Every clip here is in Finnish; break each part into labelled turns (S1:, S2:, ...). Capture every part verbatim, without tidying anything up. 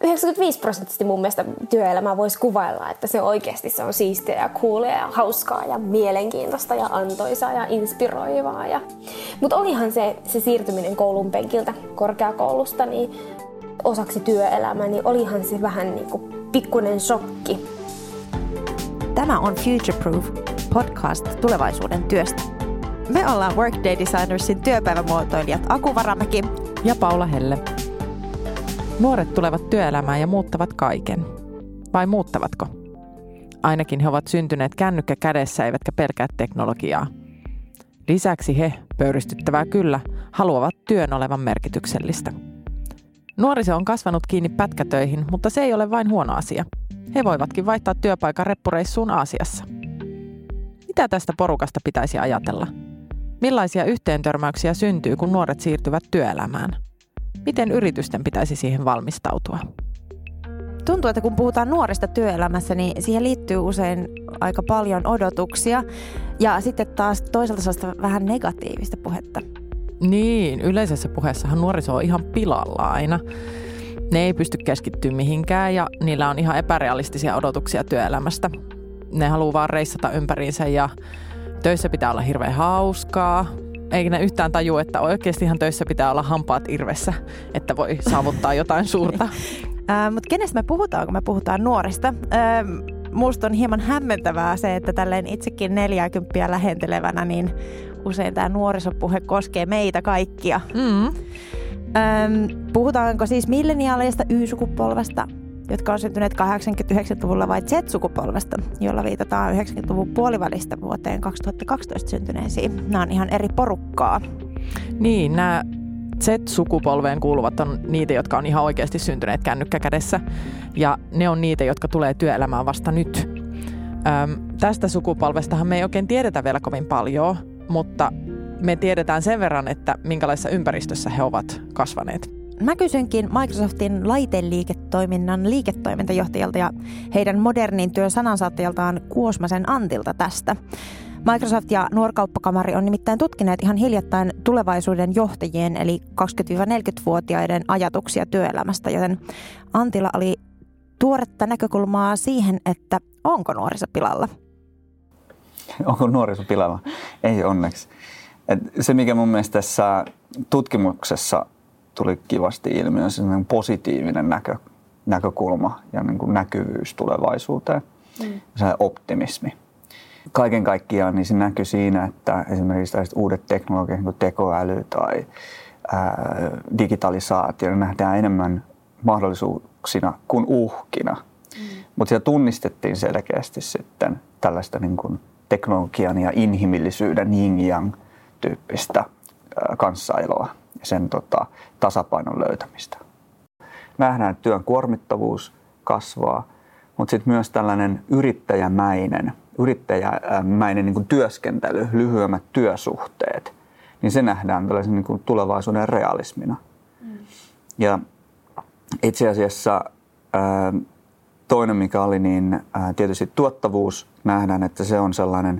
S1: yhdeksänkymmentäviisi prosenttisesti mun mielestä työelämää voisi kuvailla, että se oikeasti se on siistiä ja coolia ja hauskaa ja mielenkiintoista ja antoisaa ja inspiroivaa. Ja... Mutta olihan se, se siirtyminen koulun penkiltä korkeakoulusta niin osaksi työelämää, niin olihan se vähän niin kuin pikkuinen shokki.
S2: Tämä on Future Proof, podcast tulevaisuuden työstä. Me ollaan Workday Designersin työpäivämuotoilijat Aku Varamäki
S3: ja Paula Helle. Nuoret tulevat työelämään ja muuttavat kaiken. Vai muuttavatko? Ainakin he ovat syntyneet kännykkä kädessä eivätkä pelkää teknologiaa. Lisäksi he, pöyristyttävää kyllä, haluavat työn olevan merkityksellistä. Nuoriso on kasvanut kiinni pätkätöihin, mutta se ei ole vain huono asia. He voivatkin vaihtaa työpaikan reppureissuun Aasiassa. Mitä tästä porukasta pitäisi ajatella? Millaisia yhteentörmäyksiä syntyy, kun nuoret siirtyvät työelämään? Miten yritysten pitäisi siihen valmistautua?
S2: Tuntuu, että kun puhutaan nuorista työelämässä, niin siihen liittyy usein aika paljon odotuksia ja sitten taas toisaalta sellaista vähän negatiivista puhetta.
S3: Niin, yleisessä puheessahan nuoriso on ihan pilalla aina. Ne ei pysty keskittyä mihinkään ja niillä on ihan epärealistisia odotuksia työelämästä. Ne haluaa vaan reissata ympäriinsä ja töissä pitää olla hirveän hauskaa. Eikä ne yhtään taju, että oikeastihan töissä pitää olla hampaat irvessä, että voi saavuttaa jotain suurta.
S2: äh, Mutta kenestä me puhutaan, kun me puhutaan nuorista? Äh, musta on hieman hämmentävää se, että tälleen itsekin neljääkymppiä lähentelevänä, niin usein tämä nuorisopuhe koskee meitä kaikkia. Mm. Ähm, puhutaanko siis milleniaaleista, Y-sukupolvesta, jotka on syntyneet kahdeksankymmentä-yhdeksänkymmentäluvulla vai Z-sukupolvesta, jolla viitataan yhdeksänkymmentäluvun puolivälistä vuoteen kaksituhattakaksitoista syntyneisiin. Nämä on ihan eri porukkaa.
S3: Niin, nämä Z-sukupolveen kuuluvat on niitä, jotka on ihan oikeasti syntyneet kännykkä kädessä. Ja ne on niitä, jotka tulee työelämään vasta nyt. Öm, tästä sukupolvestahan me ei oikein tiedetä vielä kovin paljon, mutta me tiedetään sen verran, että minkälaisessa ympäristössä he ovat kasvaneet.
S2: Mä kysynkin Microsoftin laiteliiketoiminnan liiketoimintajohtajalta ja heidän modernin työn sanansaattajaltaan Kuosmasen Antilta tästä. Microsoft ja Nuorkauppakamari on nimittäin tutkineet ihan hiljattain tulevaisuuden johtajien eli kaksikymmentä-neljäkymmentävuotiaiden ajatuksia työelämästä, joten Antilla oli tuoretta näkökulmaa siihen, että onko nuoriso pilalla.
S4: Onko nuoriso pilalla? Ei onneksi. Et se, mikä mun mielestä tässä tutkimuksessa tuli kivasti ilmi, on sellainen positiivinen näkö, näkökulma ja niin kuin näkyvyys tulevaisuuteen, mm. se optimismi. Kaiken kaikkiaan niin se näkyy siinä, että esimerkiksi tällaiset uudet teknologiat, niin kuin tekoäly tai ää, digitalisaatio, ne nähdään enemmän mahdollisuuksina kuin uhkina. Mm. Mutta siellä tunnistettiin selkeästi sitten tällaista niin kuin teknologian ja inhimillisyyden yin-yang tyyppistä ää, kanssailoa. Sen tota, tasapainon löytämistä. Nähdään, että työn kuormittavuus kasvaa, mutta sitten myös tällainen yrittäjämäinen, yrittäjämäinen niin kuin työskentely, lyhyemmät työsuhteet, niin se nähdään tällaisen niin kuin tulevaisuuden realismina. Mm. Ja itse asiassa ää, toinen, mikä oli, niin ää, tietysti tuottavuus nähdään, että se on sellainen,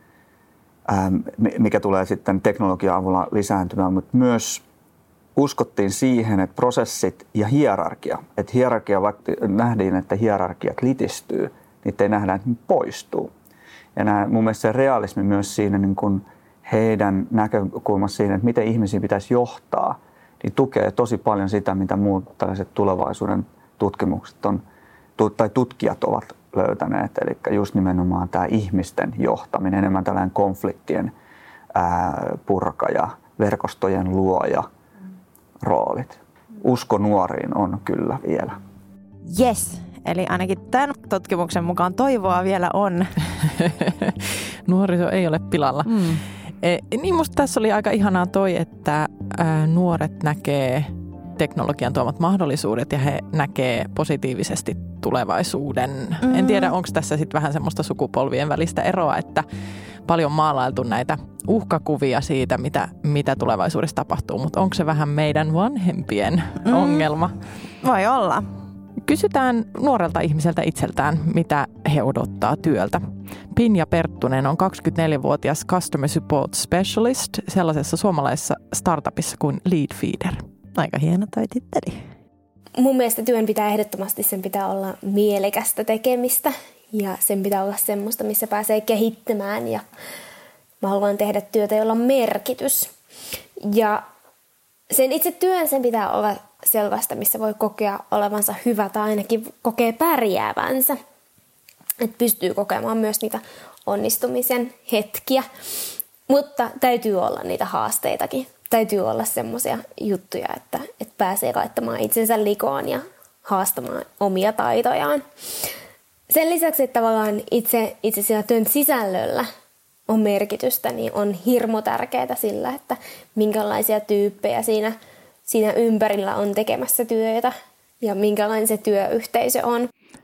S4: mikä tulee sitten teknologian avulla lisääntymään, mutta myös uskottiin siihen, että prosessit ja hierarkia, että hierarkia, vaikka nähdään, että hierarkiat litistyy, niitä ei nähdä, että ne poistuu. Ja nämä, mun mielestä se realismi myös siinä niin kuin heidän näkökulmassa siinä, että miten ihmisiä pitäisi johtaa, niin tukee tosi paljon sitä, mitä muut tällaiset tulevaisuuden tutkimukset on, tai tutkijat ovat löytäneet, eli just nimenomaan tämä ihmisten johtaminen, enemmän tällainen konfliktien ää, purkaja, verkostojen luoja roolit. Usko nuoriin on kyllä vielä.
S2: Yes, eli ainakin tämän tutkimuksen mukaan toivoa vielä on.
S3: Nuoriso ei ole pilalla. Mm. E, niin musta tässä oli aika ihanaa toi, että ää, nuoret näkee teknologian tuomat mahdollisuudet ja he näkee positiivisesti tulevaisuuden. Mm. En tiedä, onko tässä sitten vähän semmoista sukupolvien välistä eroa, että paljon maalailtu näitä uhkakuvia siitä, mitä, mitä tulevaisuudessa tapahtuu, mutta onko se vähän meidän vanhempien mm. ongelma?
S2: Voi olla.
S3: Kysytään nuorelta ihmiseltä itseltään, mitä he odottaa työltä. Pinja Perttunen on kaksikymmentäneljävuotias Customer Support Specialist sellaisessa suomalaisessa startupissa kuin Leadfeeder.
S2: Aika hieno toi titteli.
S1: mun mielestä työn pitää ehdottomasti, sen pitää olla mielekästä tekemistä ja sen pitää olla semmoista, missä pääsee kehittämään ja mä haluan tehdä työtä, jolla on merkitys. Ja sen itse työn sen pitää olla sellaista, missä voi kokea olevansa hyvä tai ainakin kokee pärjäävänsä. Että pystyy kokemaan myös niitä onnistumisen hetkiä. Mutta täytyy olla niitä haasteitakin. Täytyy olla semmoisia juttuja, että, että pääsee laittamaan itsensä likoon ja haastamaan omia taitojaan. Sen lisäksi, että tavallaan itse, itse sillä työn sisällöllä on merkitystä, niin on hirmu tärkeää sillä, että minkälaisia tyyppejä siinä, siinä ympärillä on tekemässä työtä ja minkälainen se työyhteisö on.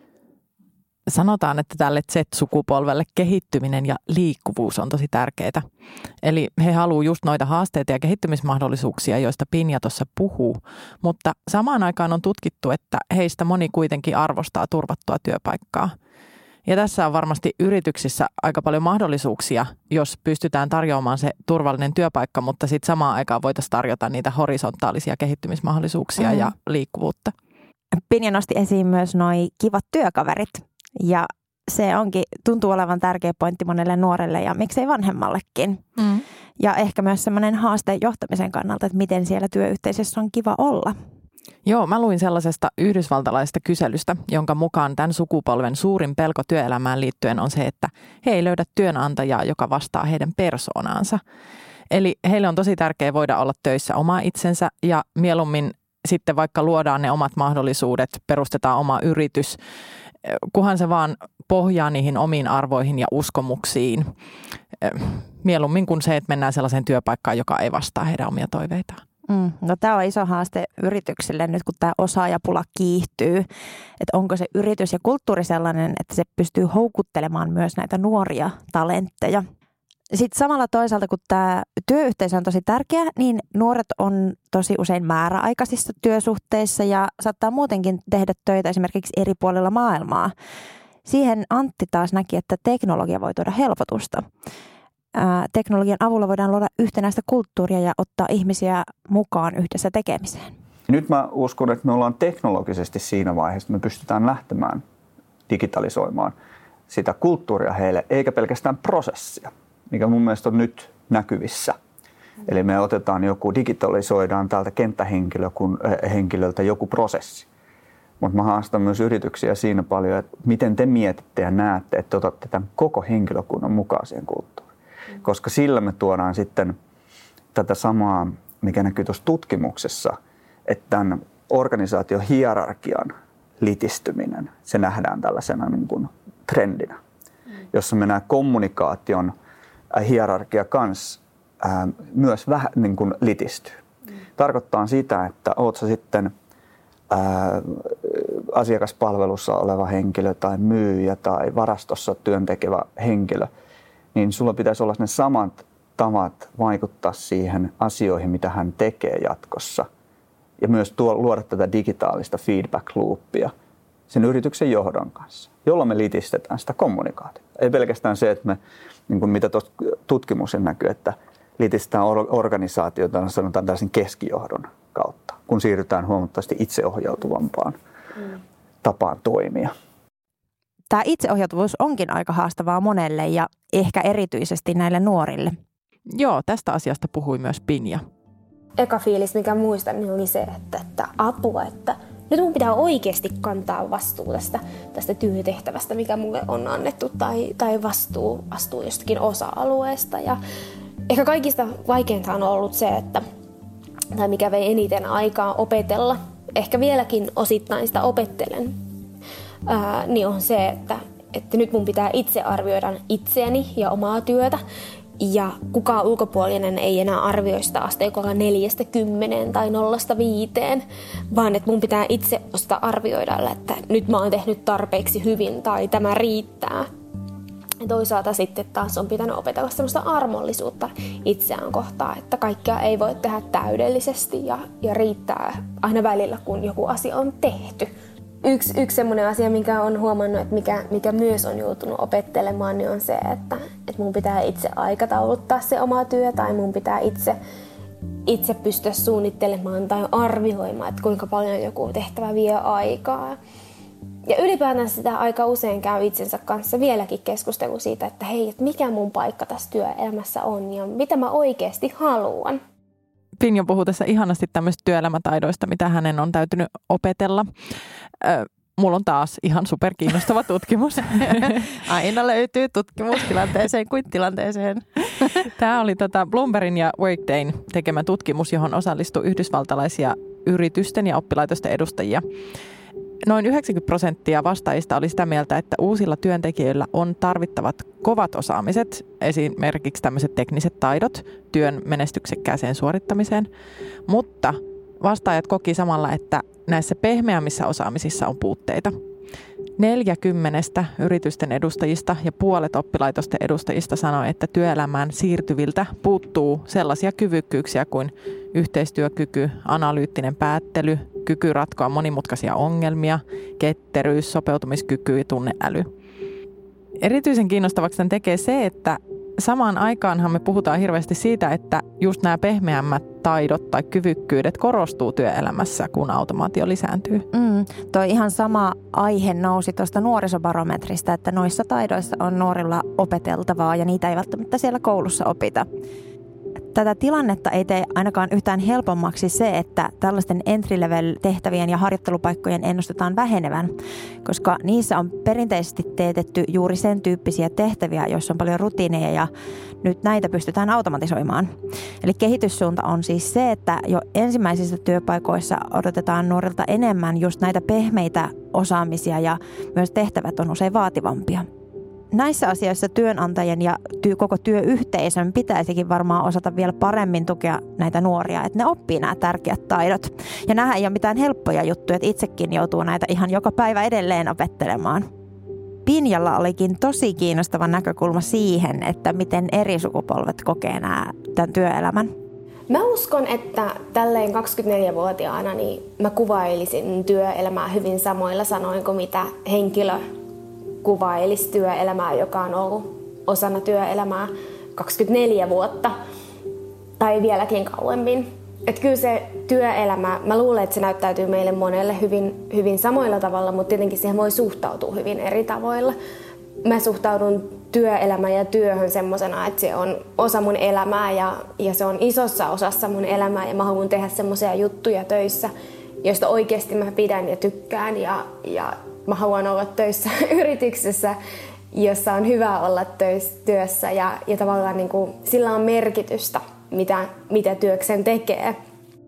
S3: Sanotaan, että tälle Z-sukupolvelle kehittyminen ja liikkuvuus on tosi tärkeää. Eli he haluaa just noita haasteita ja kehittymismahdollisuuksia, joista Pinja tuossa puhuu. Mutta samaan aikaan on tutkittu, että heistä moni kuitenkin arvostaa turvattua työpaikkaa. Ja tässä on varmasti yrityksissä aika paljon mahdollisuuksia, jos pystytään tarjoamaan se turvallinen työpaikka, mutta sitten samaan aikaan voitaisiin tarjota niitä horisontaalisia kehittymismahdollisuuksia mm. ja liikkuvuutta.
S2: Pinja nosti esiin myös noi kivat työkaverit ja se onkin, tuntuu olevan tärkeä pointti monelle nuorelle ja miksei vanhemmallekin. Mm. Ja ehkä myös semmoinen haaste johtamisen kannalta, että miten siellä työyhteisössä on kiva olla.
S3: Joo, mä luin sellaisesta yhdysvaltalaisesta kyselystä, jonka mukaan tämän sukupolven suurin pelko työelämään liittyen on se, että he ei löydä työnantajaa, joka vastaa heidän persoonaansa. Eli heille on tosi tärkeää voida olla töissä oma itsensä ja mieluummin sitten vaikka luodaan ne omat mahdollisuudet, perustetaan oma yritys, kunhan se vaan pohjaa niihin omiin arvoihin ja uskomuksiin. Mieluummin kuin se, että mennään sellaiseen työpaikkaan, joka ei vastaa heidän omia toiveitaan.
S2: Mm, no tämä on iso haaste yrityksille nyt, kun tämä osaajapula kiihtyy. Että onko se yritys ja kulttuuri sellainen, että se pystyy houkuttelemaan myös näitä nuoria talentteja. Sitten samalla toisaalta, kun tämä työyhteisö on tosi tärkeä, niin nuoret on tosi usein määräaikaisissa työsuhteissa ja saattaa muutenkin tehdä töitä esimerkiksi eri puolilla maailmaa. Siihen Antti taas näki, että teknologia voi tuoda helpotusta. Ää, teknologian avulla voidaan luoda yhtenäistä kulttuuria ja ottaa ihmisiä mukaan yhdessä tekemiseen.
S4: Nyt mä uskon, että me ollaan teknologisesti siinä vaiheessa, että me pystytään lähtemään digitalisoimaan sitä kulttuuria heille, eikä pelkästään prosessia, mikä mun mielestä on nyt näkyvissä. Eli me otetaan joku, digitalisoidaan täältä kenttähenkilöltä joku prosessi. Mutta mä haastan myös yrityksiä siinä paljon, että miten te mietitte ja näette, että otatte tämän koko henkilökunnan mukaan siihen kulttuuriin. Mm. Koska sillä me tuodaan sitten tätä samaa, mikä näkyy tuossa tutkimuksessa, että tämän organisaation hierarkian litistyminen, se nähdään tällaisena niin kuin trendinä, mm. jossa me nähdään kommunikaation hierarkia kanssa ää, myös vähän niin kuin litistyy. Mm. Tarkoittaa sitä, että oot sä sitten ää, asiakaspalvelussa oleva henkilö tai myyjä tai varastossa työntekevä henkilö, niin sulla pitäisi olla ne samat tavat vaikuttaa siihen asioihin, mitä hän tekee jatkossa. Ja myös tuo, luoda tätä digitaalista feedback loopia sen yrityksen johdon kanssa, jolloin me litistetään sitä kommunikaatiota. Ei pelkästään se, että me, niin kuin mitä tuossa tutkimuksessa näkyy, että litistetään organisaatiota, sanotaan tällaisen keskijohdon kautta, kun siirrytään huomattavasti itseohjautuvampaan mm. tapaan toimia.
S2: Tämä itseohjautuvuus onkin aika haastavaa monelle ja ehkä erityisesti näille nuorille.
S3: Joo, tästä asiasta puhui myös Pinja.
S1: Eka fiilis, mikä muistan, niin oli se, että, että apua, että nyt mun pitää oikeasti kantaa vastuu tästä, tästä työtehtävästä, mikä mulle on annettu, tai, tai vastuu, vastuu jostakin osa-alueesta. Ja ehkä kaikista vaikeinta on ollut se, että, tai mikä vei eniten aikaa opetella, ehkä vieläkin osittain sitä opettelen, ää, niin on se, että, että nyt mun pitää itse arvioida itseäni ja omaa työtä. Ja kukaan ulkopuolinen ei enää arvioi sitä asteikolla neljästä kymmeneen tai nollasta viiteen, vaan että mun pitää itse osata arvioida, että nyt mä oon tehnyt tarpeeksi hyvin tai tämä riittää. Ja toisaalta sitten taas on pitänyt opetella semmoista armollisuutta itseään kohtaan, että kaikkea ei voi tehdä täydellisesti ja, ja riittää aina välillä, kun joku asia on tehty. Yksi, yksi semmoinen asia, mikä on huomannut, että mikä, mikä myös on joutunut opettelemaan, niin on se, että, että mun pitää itse aikatauluttaa se oma työ tai mun pitää itse, itse pystyä suunnittelemaan tai arvioimaan, että kuinka paljon joku tehtävä vie aikaa. Ja ylipäätään sitä aika usein käy itsensä kanssa vieläkin keskustelu siitä, että hei, että mikä mun paikka tässä työelämässä on ja mitä mä oikeasti haluan.
S3: Pinjo puhuu tässä ihanasti tämmöistä työelämätaidoista, mitä hänen on täytynyt opetella. Ö, mulla on taas ihan superkiinnostava tutkimus.
S2: Aina löytyy tutkimus tilanteeseen kuin tilanteeseen.
S3: Tämä oli tota Bloombergin ja Workdayn tekemä tutkimus, johon osallistui yhdysvaltalaisia yritysten ja oppilaitosten edustajia. Noin yhdeksänkymmentä prosenttia vastaajista oli sitä mieltä, että uusilla työntekijöillä on tarvittavat kovat osaamiset, esimerkiksi tämmöiset tekniset taidot työn menestyksekkääseen suorittamiseen, mutta vastaajat koki samalla, että näissä pehmeämmissä osaamisissa on puutteita. Neljäkymmenestä yritysten edustajista ja puolet oppilaitosten edustajista sanoi, että työelämään siirtyviltä puuttuu sellaisia kyvykkyyksiä kuin yhteistyökyky, analyyttinen päättely, kyky ratkoa monimutkaisia ongelmia, ketteryys, sopeutumiskyky ja tunneäly. Erityisen kiinnostavaksi tämän tekee se, että samaan aikaanhan me puhutaan hirveästi siitä, että just nämä pehmeämmät taidot tai kyvykkyydet korostuu työelämässä, kun automaatio lisääntyy.
S2: Mm, toi ihan sama aihe nousi tuosta nuorisobarometrista, että noissa taidoissa on nuorilla opeteltavaa ja niitä ei välttämättä siellä koulussa opita. Tätä tilannetta ei tee ainakaan yhtään helpommaksi se, että tällaisten entry-level-tehtävien ja harjoittelupaikkojen ennustetaan vähenevän, koska niissä on perinteisesti teetetty juuri sen tyyppisiä tehtäviä, joissa on paljon rutiineja ja nyt näitä pystytään automatisoimaan. Eli kehityssuunta on siis se, että jo ensimmäisissä työpaikoissa odotetaan nuorilta enemmän just näitä pehmeitä osaamisia ja myös tehtävät on usein vaativampia. Näissä asioissa työnantajien ja työ, koko työyhteisön pitäisikin varmaan osata vielä paremmin tukea näitä nuoria, että ne oppii nämä tärkeät taidot. Ja nämä ei ole mitään helppoja juttuja, että itsekin joutuu näitä ihan joka päivä edelleen opettelemaan. Pinjalla olikin tosi kiinnostava näkökulma siihen, että miten eri sukupolvet kokee nämä, tämän työelämän.
S1: Mä uskon, että tälleen kaksikymmentäneljävuotiaana niin mä kuvailisin työelämää hyvin samoilla sanoin kuin mitä henkilö kuvailisi työelämää, joka on ollut osana työelämää kaksikymmentäneljä vuotta tai vieläkin kauemmin. Että kyllä se työelämä, mä luulen, että se näyttäytyy meille monelle hyvin, hyvin samoilla tavalla, mutta tietenkin siihen voi suhtautua hyvin eri tavoilla. Mä suhtaudun työelämään ja työhön semmosena, että se on osa mun elämää ja, ja se on isossa osassa mun elämää ja mä haluan tehdä semmoisia juttuja töissä, joista oikeasti mä pidän ja tykkään ja, ja mä haluan olla töissä yrityksessä, jossa on hyvä olla töissä, työssä ja, ja tavallaan niin kuin, sillä on merkitystä, mitä, mitä työkseen tekee.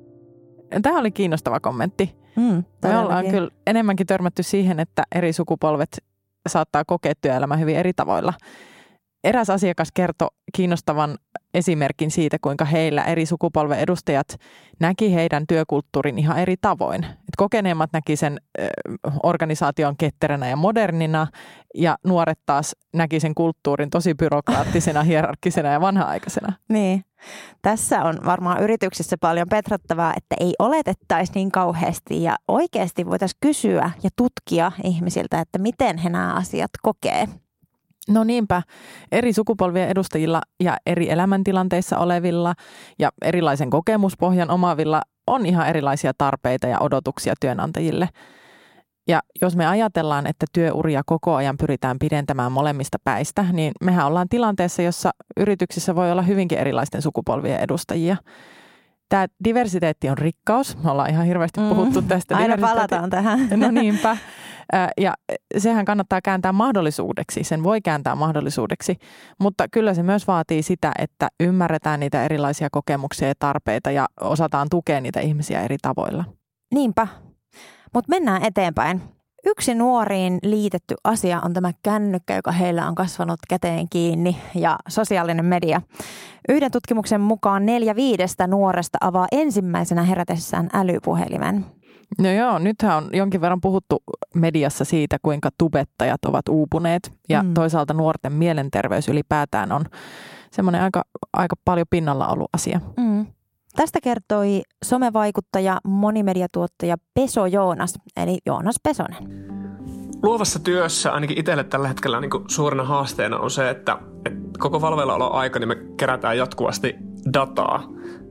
S3: Tämä oli kiinnostava kommentti. Mm, Me ollaan kyllä enemmänkin törmätty siihen, että eri sukupolvet saattaa kokea työelämän hyvin eri tavoilla. Eräs asiakas kertoi kiinnostavan esimerkin siitä, kuinka heillä eri sukupolven edustajat näki heidän työkulttuurin ihan eri tavoin. Et kokeneemmat näki sen ö, organisaation ketteränä ja modernina ja nuoret taas näki sen kulttuurin tosi byrokraattisena, hierarkkisena ja vanha-aikaisena.
S2: Niin. Tässä on varmaan yrityksissä paljon petrattavaa, että ei oletettaisi niin kauheasti ja oikeasti voitaisiin kysyä ja tutkia ihmisiltä, että miten he nämä asiat kokee.
S3: No niinpä, eri sukupolvien edustajilla ja eri elämäntilanteissa olevilla ja erilaisen kokemuspohjan omaavilla on ihan erilaisia tarpeita ja odotuksia työnantajille. Ja jos me ajatellaan, että työuria koko ajan pyritään pidentämään molemmista päistä, niin mehän ollaan tilanteessa, jossa yrityksissä voi olla hyvinkin erilaisten sukupolvien edustajia. Tämä diversiteetti on rikkaus. Me ollaan ihan hirveästi puhuttu tästä.
S2: Mm, aina palataan tähän.
S3: No niinpä. Ja sehän kannattaa kääntää mahdollisuudeksi. Sen voi kääntää mahdollisuudeksi. Mutta kyllä se myös vaatii sitä, että ymmärretään niitä erilaisia kokemuksia ja tarpeita ja osataan tukea niitä ihmisiä eri tavoilla.
S2: Niinpä. Mutta mennään eteenpäin. Yksi nuoriin liitetty asia on tämä kännykkä, joka heillä on kasvanut käteen kiinni, ja sosiaalinen media. Yhden tutkimuksen mukaan neljä viidestä nuoresta avaa ensimmäisenä herätessään älypuhelimen.
S3: No joo, nythän on jonkin verran puhuttu mediassa siitä, kuinka tubettajat ovat uupuneet, ja mm. toisaalta nuorten mielenterveys ylipäätään on semmoinen aika, aika paljon pinnalla ollut asia.
S2: Mm. Tästä kertoi somevaikuttaja, monimediatuottaja Peso Joonas, eli Joonas Pesonen.
S5: Luovassa työssä ainakin itselle tällä hetkellä niin kuin suurena haasteena on se, että, että koko valveillaolon aika niin me kerätään jatkuvasti dataa.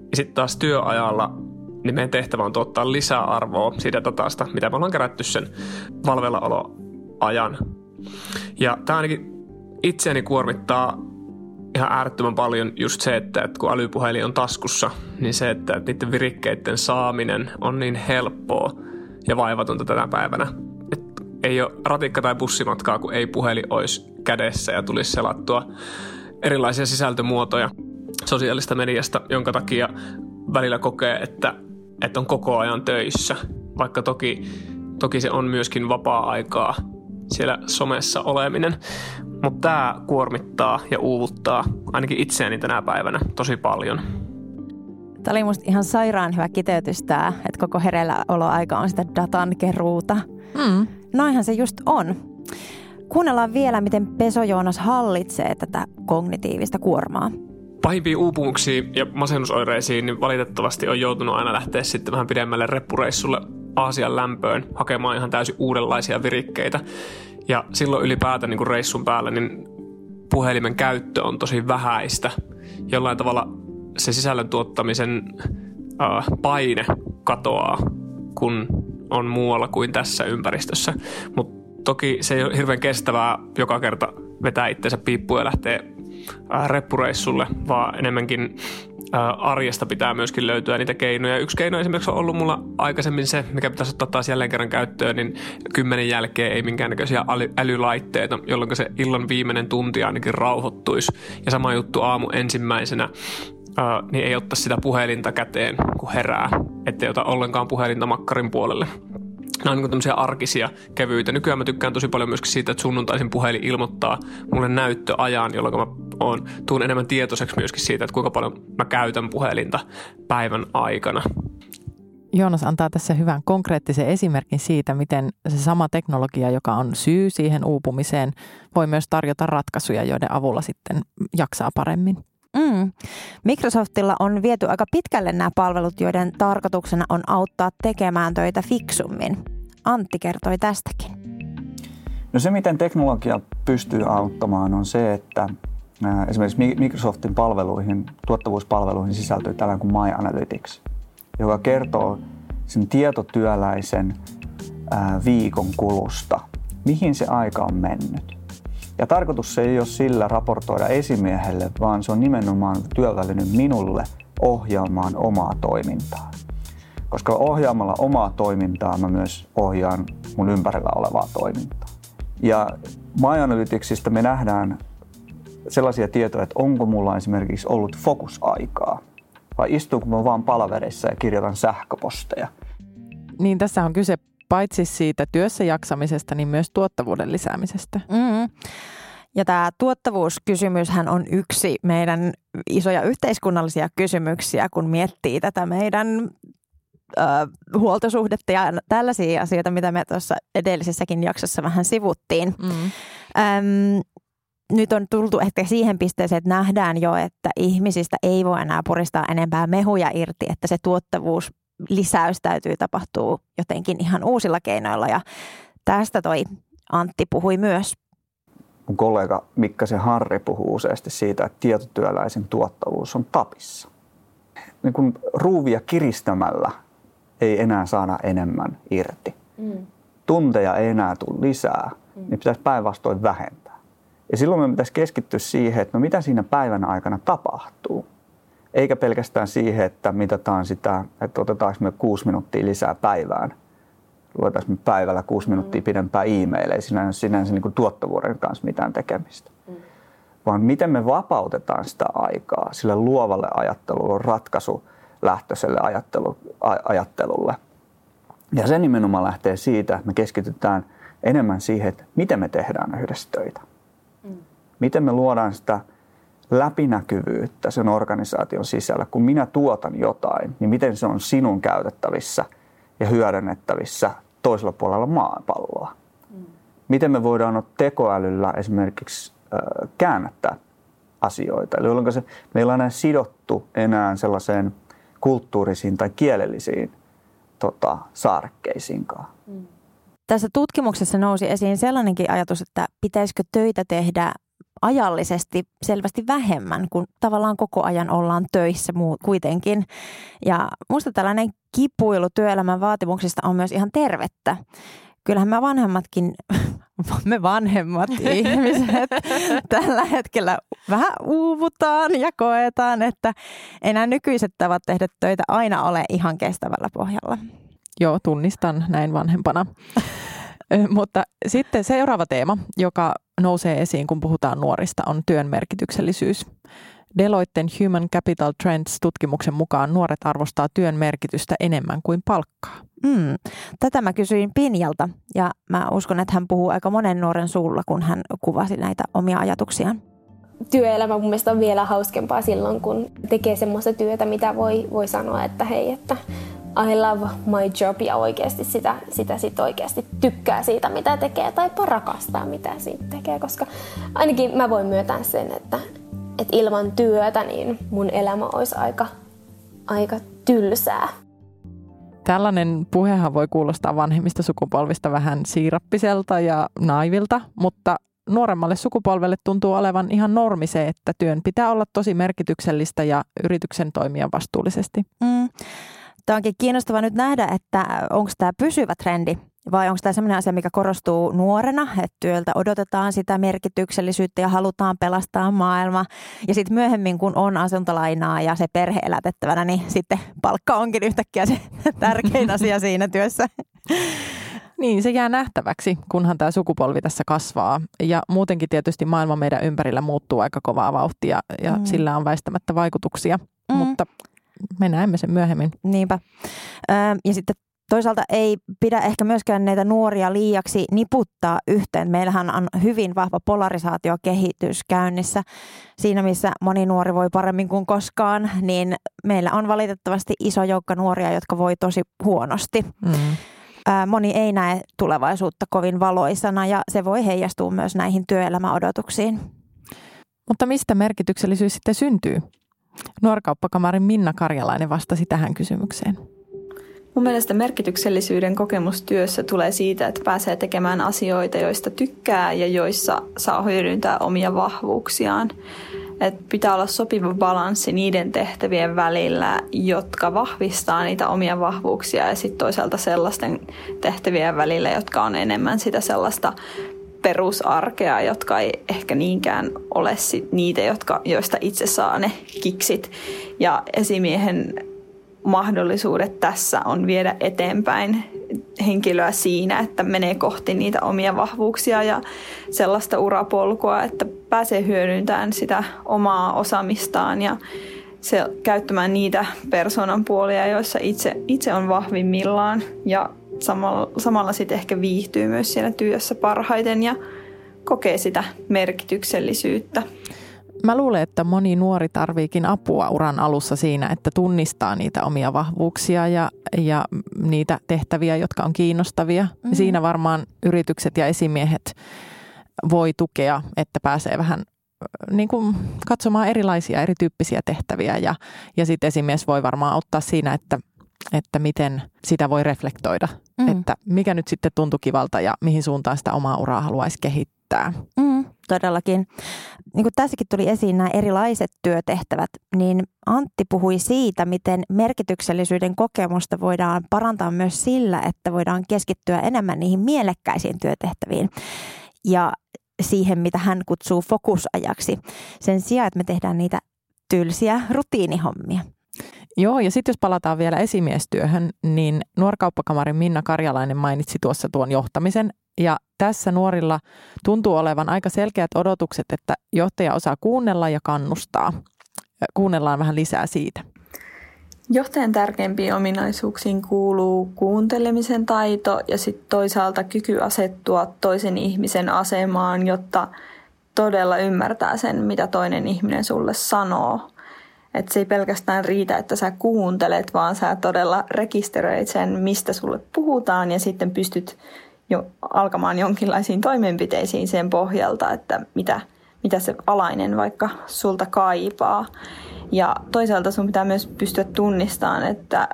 S5: Ja sitten taas työajalla niin meidän tehtävä on tuottaa lisää arvoa siitä datasta, mitä me ollaan kerätty sen valveillaoloajan. Ja tämä ainakin itseäni kuormittaa ihan äärettömän paljon just se, että, että kun älypuhelin on taskussa, niin se, että, että niiden virikkeiden saaminen on niin helppoa ja vaivatonta tänä päivänä. Että ei ole ratikka- tai bussimatkaa, kun ei puhelin olisi kädessä ja tulisi selattua erilaisia sisältömuotoja sosiaalista mediasta, jonka takia välillä kokee, että, että on koko ajan töissä, vaikka toki, toki se on myöskin vapaa-aikaa siellä somessa oleminen. Mutta tämä kuormittaa ja uuvuttaa ainakin itseäni tänä päivänä tosi paljon.
S2: Tämä oli musta ihan sairaan hyvä kiteytys tämä, että koko hereilläoloaika on sitä datan keruuta. Mm. Noinhan se just on. Kuunnellaan vielä, miten Peso Joonas hallitsee tätä kognitiivista kuormaa.
S5: Pahimpiin uupumuksiin ja masennusoireisiin niin valitettavasti on joutunut aina lähteä sitten vähän pidemmälle reppureissulle Aasian lämpöön hakemaan ihan täysin uudenlaisia virikkeitä. Ja silloin ylipäätään niin kuin reissun päällä niin puhelimen käyttö on tosi vähäistä. Jollain tavalla se sisällön tuottamisen äh, paine katoaa, kun on muualla kuin tässä ympäristössä. Mutta toki se ei ole hirveän kestävää joka kerta vetää itseensä piippuun ja lähtee äh, reppureissulle, vaan enemmänkin arjesta pitää myöskin löytyä niitä keinoja. Yksi keino esimerkiksi on ollut mulla aikaisemmin se, mikä pitäisi ottaa taas jälleen kerran käyttöön, niin kymmenen jälkeen ei minkäännäköisiä äly- älylaitteita, jolloin se illan viimeinen tunti ainakin rauhoittuisi. Ja sama juttu aamu ensimmäisenä, ää, niin ei ottaa sitä puhelinta käteen, kun herää, ettei ota ollenkaan puhelinta makkarin puolelle. Nämä on niin tämmöisiä arkisia kevyitä. Nykyään mä tykkään tosi paljon myöskin siitä, että sunnuntaisin puhelin ilmoittaa mulle näyttöajan, jolloin mä oon, tuun enemmän tietoiseksi myöskin siitä, että kuinka paljon mä käytän puhelinta päivän aikana.
S3: Joonas antaa tässä hyvän konkreettisen esimerkin siitä, miten se sama teknologia, joka on syy siihen uupumiseen, voi myös tarjota ratkaisuja, joiden avulla sitten jaksaa paremmin.
S2: Mm. Microsoftilla on viety aika pitkälle nämä palvelut, joiden tarkoituksena on auttaa tekemään töitä fiksummin. Antti kertoi tästäkin.
S4: No se, miten teknologia pystyy auttamaan, on se, että esimerkiksi Microsoftin palveluihin, tuottavuuspalveluihin sisältyy tällainen kuin My Analytics, joka kertoo sen tietotyöläisen viikon kulusta, mihin se aika on mennyt. Ja tarkoitus se ei ole sillä raportoida esimiehelle, vaan se on nimenomaan työväline minulle ohjaamaan omaa toimintaa. Koska ohjaamalla omaa toimintaa mä myös ohjaan mun ympärillä olevaa toimintaa. Ja My Analyticsista me nähdään sellaisia tietoja, että onko mulla esimerkiksi ollut fokusaikaa vai istuuko mä vaan palaverissa ja kirjoitan sähköposteja.
S3: Niin tässä on kyse paitsi siitä työssä jaksamisesta, niin myös tuottavuuden lisäämisestä.
S2: Mm. Ja tämä tuottavuuskysymyshän on yksi meidän isoja yhteiskunnallisia kysymyksiä, kun miettii tätä meidän ö, huoltosuhdetta ja tällaisia asioita, mitä me tuossa edellisessäkin jaksossa vähän sivuttiin. Mm. Öm, nyt on tultu ehkä siihen pisteeseen, että nähdään jo, että ihmisistä ei voi enää puristaa enempää mehuja irti, että se tuottavuus lisäys täytyy tapahtua jotenkin ihan uusilla keinoilla ja tästä toi Antti puhui myös.
S4: Mun kollega Mikkasen Harri puhuu useasti siitä, että tietotyöläisen tuottavuus on tapissa. Niin kun ruuvia kiristämällä ei enää saada enemmän irti. Mm. Tunteja ei enää tule lisää, mm. niin pitäisi päinvastoin vähentää. Ja silloin me pitäisi keskittyä siihen, että no mitä siinä päivän aikana tapahtuu. Eikä pelkästään siihen, että mitataan sitä, että otetaanko me kuusi minuuttia lisää päivään. Luetaanko me päivällä kuusi minuuttia pidempään e-maileja. Ei siinä sinänsä niin kuin tuottavuuden kanssa mitään tekemistä. Mm. Vaan miten me vapautetaan sitä aikaa sille luovalle ajattelulle, ratkaisulähtöiselle ajattelu, ajattelulle. Ja se nimenomaan lähtee siitä, että me keskitytään enemmän siihen, että miten me tehdään yhdessä töitä. Mm. Miten me luodaan sitä läpinäkyvyyttä sen organisaation sisällä. Kun minä tuotan jotain, niin miten se on sinun käytettävissä ja hyödynnettävissä toisella puolella maapalloa. Mm. Miten me voidaan tekoälyllä esimerkiksi äh, käännättää asioita. Eli jolloin se, meillä on enää sidottu enää sellaiseen kulttuurisiin tai kielellisiin tota, saarekkeisiinkaan. Mm.
S2: Tässä tutkimuksessa nousi esiin sellainenkin ajatus, että pitäisikö töitä tehdä ajallisesti selvästi vähemmän, kun tavallaan koko ajan ollaan töissä muu, kuitenkin. Ja musta tällainen kipuilu työelämän vaatimuksista on myös ihan tervettä. Kyllähän me vanhemmatkin, me vanhemmat ihmiset tällä hetkellä vähän uuvutaan ja koetaan, että enää nykyiset tavat tehdä töitä aina ole ihan kestävällä pohjalla.
S3: Joo, tunnistan näin vanhempana. Mutta sitten seuraava teema, joka nousee esiin, kun puhutaan nuorista, on työn merkityksellisyys. Deloitten Human Capital Trends-tutkimuksen mukaan nuoret arvostaa työn merkitystä enemmän kuin palkkaa.
S2: Mm. Tätä mä kysyin Pinjalta ja mä uskon, että hän puhuu aika monen nuoren suulla, kun hän kuvasi näitä omia ajatuksiaan.
S1: Työelämä mun mielestä on vielä hauskempaa silloin, kun tekee semmoista työtä, mitä voi, voi sanoa, että hei, että I love my job ja oikeasti sitä, sitä sit oikeasti tykkää siitä, mitä tekee tai rakastaa, mitä siitä tekee, koska ainakin mä voin myöntää sen, että, että ilman työtä niin mun elämä olisi aika, aika tylsää.
S3: Tällainen puhehan voi kuulostaa vanhemmista sukupolvista vähän siirappiselta ja naivilta, mutta nuoremmalle sukupolvelle tuntuu olevan ihan normi se, että työn pitää olla tosi merkityksellistä ja yrityksen toimia vastuullisesti.
S2: Mm. Tämä onkin kiinnostavaa nyt nähdä, että onko tämä pysyvä trendi vai onko tämä sellainen asia, mikä korostuu nuorena, että työltä odotetaan sitä merkityksellisyyttä ja halutaan pelastaa maailma. Ja sitten myöhemmin, kun on asuntolainaa ja se perhe elätettävänä, niin sitten palkka onkin yhtäkkiä se tärkein asia siinä työssä.
S3: Niin, se jää nähtäväksi, kunhan tämä sukupolvi tässä kasvaa. Ja muutenkin tietysti maailma meidän ympärillä muuttuu aika kovaa vauhtia ja mm. sillä on väistämättä vaikutuksia, mm. mutta me näemme sen myöhemmin.
S2: Niinpä. Ja sitten toisaalta ei pidä ehkä myöskään näitä nuoria liiaksi niputtaa yhteen. Meillähän on hyvin vahva polarisaatiokehitys käynnissä. Siinä, missä moni nuori voi paremmin kuin koskaan, niin meillä on valitettavasti iso joukko nuoria, jotka voi tosi huonosti. Mm. Moni ei näe tulevaisuutta kovin valoisana ja se voi heijastua myös näihin työelämäodotuksiin.
S3: Mutta mistä merkityksellisyys sitten syntyy? Nuorkauppakamarin Minna Karjalainen vastasi tähän kysymykseen.
S6: Mun mielestä merkityksellisyyden kokemus työssä tulee siitä, että pääsee tekemään asioita, joista tykkää ja joissa saa hyödyntää omia vahvuuksiaan. Että pitää olla sopiva balanssi niiden tehtävien välillä, jotka vahvistaa niitä omia vahvuuksia ja sitten toisaalta sellaisten tehtävien välillä, jotka on enemmän sitä sellaista perusarkea, jotka ei ehkä niinkään ole sit niitä, jotka, joista itse saa ne kiksit. Ja esimiehen mahdollisuudet tässä on viedä eteenpäin henkilöä siinä, että menee kohti niitä omia vahvuuksia ja sellaista urapolkua, että pääsee hyödyntämään sitä omaa osaamistaan ja se, käyttämään niitä persoonan puolia, joissa itse, itse on vahvimmillaan ja samalla, samalla sitten ehkä viihtyy myös siinä työssä parhaiten ja kokee sitä merkityksellisyyttä.
S3: Mä luulen, että moni nuori tarviikin apua uran alussa siinä, että tunnistaa niitä omia vahvuuksia ja, ja niitä tehtäviä, jotka on kiinnostavia. Mm-hmm. Siinä varmaan yritykset ja esimiehet voi tukea, että pääsee vähän niin kuin katsomaan erilaisia, erityyppisiä tehtäviä ja, ja sitten esimies voi varmaan auttaa siinä, että, että miten sitä voi reflektoida, mm-hmm. että mikä nyt sitten tuntui kivalta ja mihin suuntaan sitä omaa uraa haluaisi kehittää.
S2: Mm, todellakin. Niin kuin tässäkin tuli esiin nämä erilaiset työtehtävät, niin Antti puhui siitä, miten merkityksellisyyden kokemusta voidaan parantaa myös sillä, että voidaan keskittyä enemmän niihin mielekkäisiin työtehtäviin ja siihen, mitä hän kutsuu fokusajaksi, sen sijaan, että me tehdään niitä tylsiä rutiinihommia.
S3: Joo, ja sitten jos palataan vielä esimiestyöhön, niin Nuorkauppakamarin Minna Karjalainen mainitsi tuossa tuon johtamisen. Ja tässä nuorilla tuntuu olevan aika selkeät odotukset, että johtaja osaa kuunnella ja kannustaa. Kuunnellaan vähän lisää siitä.
S6: Johtajan tärkeimpiin ominaisuuksiin kuuluu kuuntelemisen taito ja sitten toisaalta kyky asettua toisen ihmisen asemaan, jotta todella ymmärtää sen, mitä toinen ihminen sulle sanoo. Että se ei pelkästään riitä, että sä kuuntelet, vaan sä todella rekisteröit sen, mistä sulle puhutaan ja sitten pystyt jo alkamaan jonkinlaisiin toimenpiteisiin sen pohjalta, että mitä, mitä se alainen vaikka sulta kaipaa. Ja toisaalta sun pitää myös pystyä tunnistamaan, että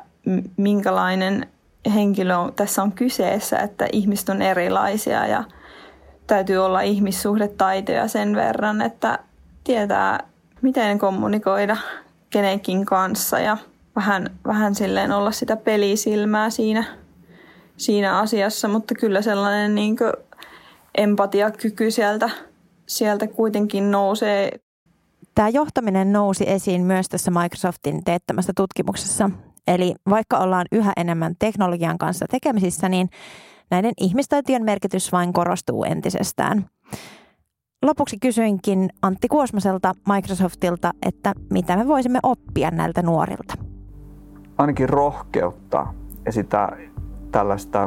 S6: minkälainen henkilö tässä on kyseessä, että ihmiset on erilaisia ja täytyy olla ihmissuhdetaitoja sen verran, että tietää, miten kommunikoida kenenkin kanssa ja vähän, vähän silleen olla sitä pelisilmää siinä, siinä asiassa, mutta kyllä sellainen niin kuin empatiakyky sieltä, sieltä kuitenkin nousee.
S2: Tämä johtaminen nousi esiin myös tässä Microsoftin teettämässä tutkimuksessa. Eli vaikka ollaan yhä enemmän teknologian kanssa tekemisissä, niin näiden ihmistaitojen merkitys vain korostuu entisestään. Lopuksi kysyinkin Antti Kuosmaselta Microsoftilta, että mitä me voisimme oppia näiltä nuorilta.
S4: Ainakin rohkeutta ja sitä tällaista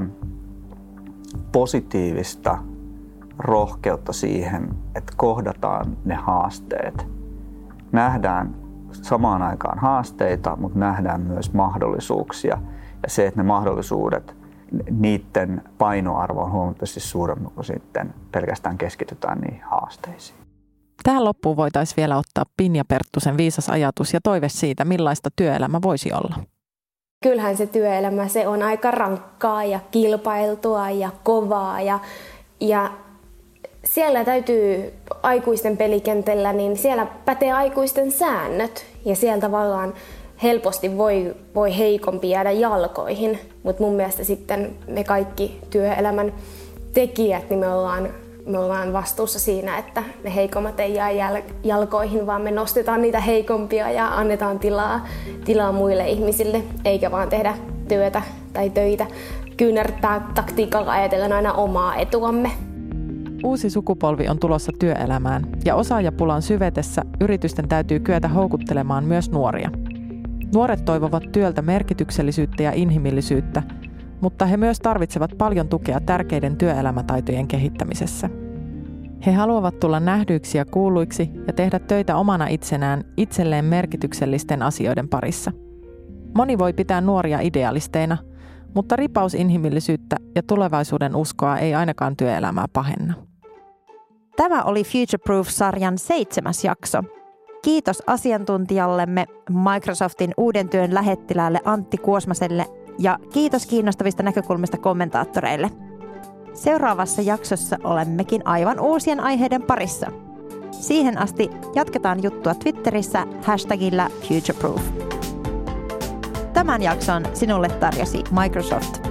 S4: positiivista rohkeutta siihen, että kohdataan ne haasteet. Nähdään samaan aikaan haasteita, mutta nähdään myös mahdollisuuksia. Ja se, että ne mahdollisuudet, niiden painoarvo on huomattavasti suurempi, kun sitten pelkästään keskitytään niihin haasteisiin.
S3: Tähän loppuun voitaisiin vielä ottaa Pinja Perttusen viisas ajatus ja toive siitä, millaista työelämä voisi olla.
S1: Kyllähän se työelämä, se on aika rankkaa ja kilpailtua ja kovaa ja, ja siellä täytyy aikuisten pelikentällä, niin siellä pätee aikuisten säännöt ja siellä tavallaan helposti voi, voi heikompi jäädä jalkoihin, mutta mun mielestä sitten me kaikki työelämän tekijät, niin me ollaan, me ollaan vastuussa siinä, että ne heikommat ei jää jäl- jalkoihin, vaan me nostetaan niitä heikompia ja annetaan tilaa, tilaa muille ihmisille, eikä vaan tehdä työtä tai töitä kyynärpää taktiikalla ajatellen aina omaa etuamme.
S3: Uusi sukupolvi on tulossa työelämään ja osaajapulan syvetessä yritysten täytyy kyetä houkuttelemaan myös nuoria. Nuoret toivovat työltä merkityksellisyyttä ja inhimillisyyttä, mutta he myös tarvitsevat paljon tukea tärkeiden työelämätaitojen kehittämisessä. He haluavat tulla nähdyiksi ja kuuluiksi ja tehdä töitä omana itsenään itselleen merkityksellisten asioiden parissa. Moni voi pitää nuoria idealisteina, mutta ripaus inhimillisyyttä ja tulevaisuuden uskoa ei ainakaan työelämää pahenna.
S2: Tämä oli Future Proof-sarjan seitsemäs jakso. Kiitos asiantuntijallemme, Microsoftin uuden työn lähettiläälle Antti Kuosmaselle ja kiitos kiinnostavista näkökulmista kommentaattoreille. Seuraavassa jaksossa olemmekin aivan uusien aiheiden parissa. Siihen asti jatketaan juttua Twitterissä hashtagillä FutureProof. Tämän jakson sinulle tarjosi Microsoft.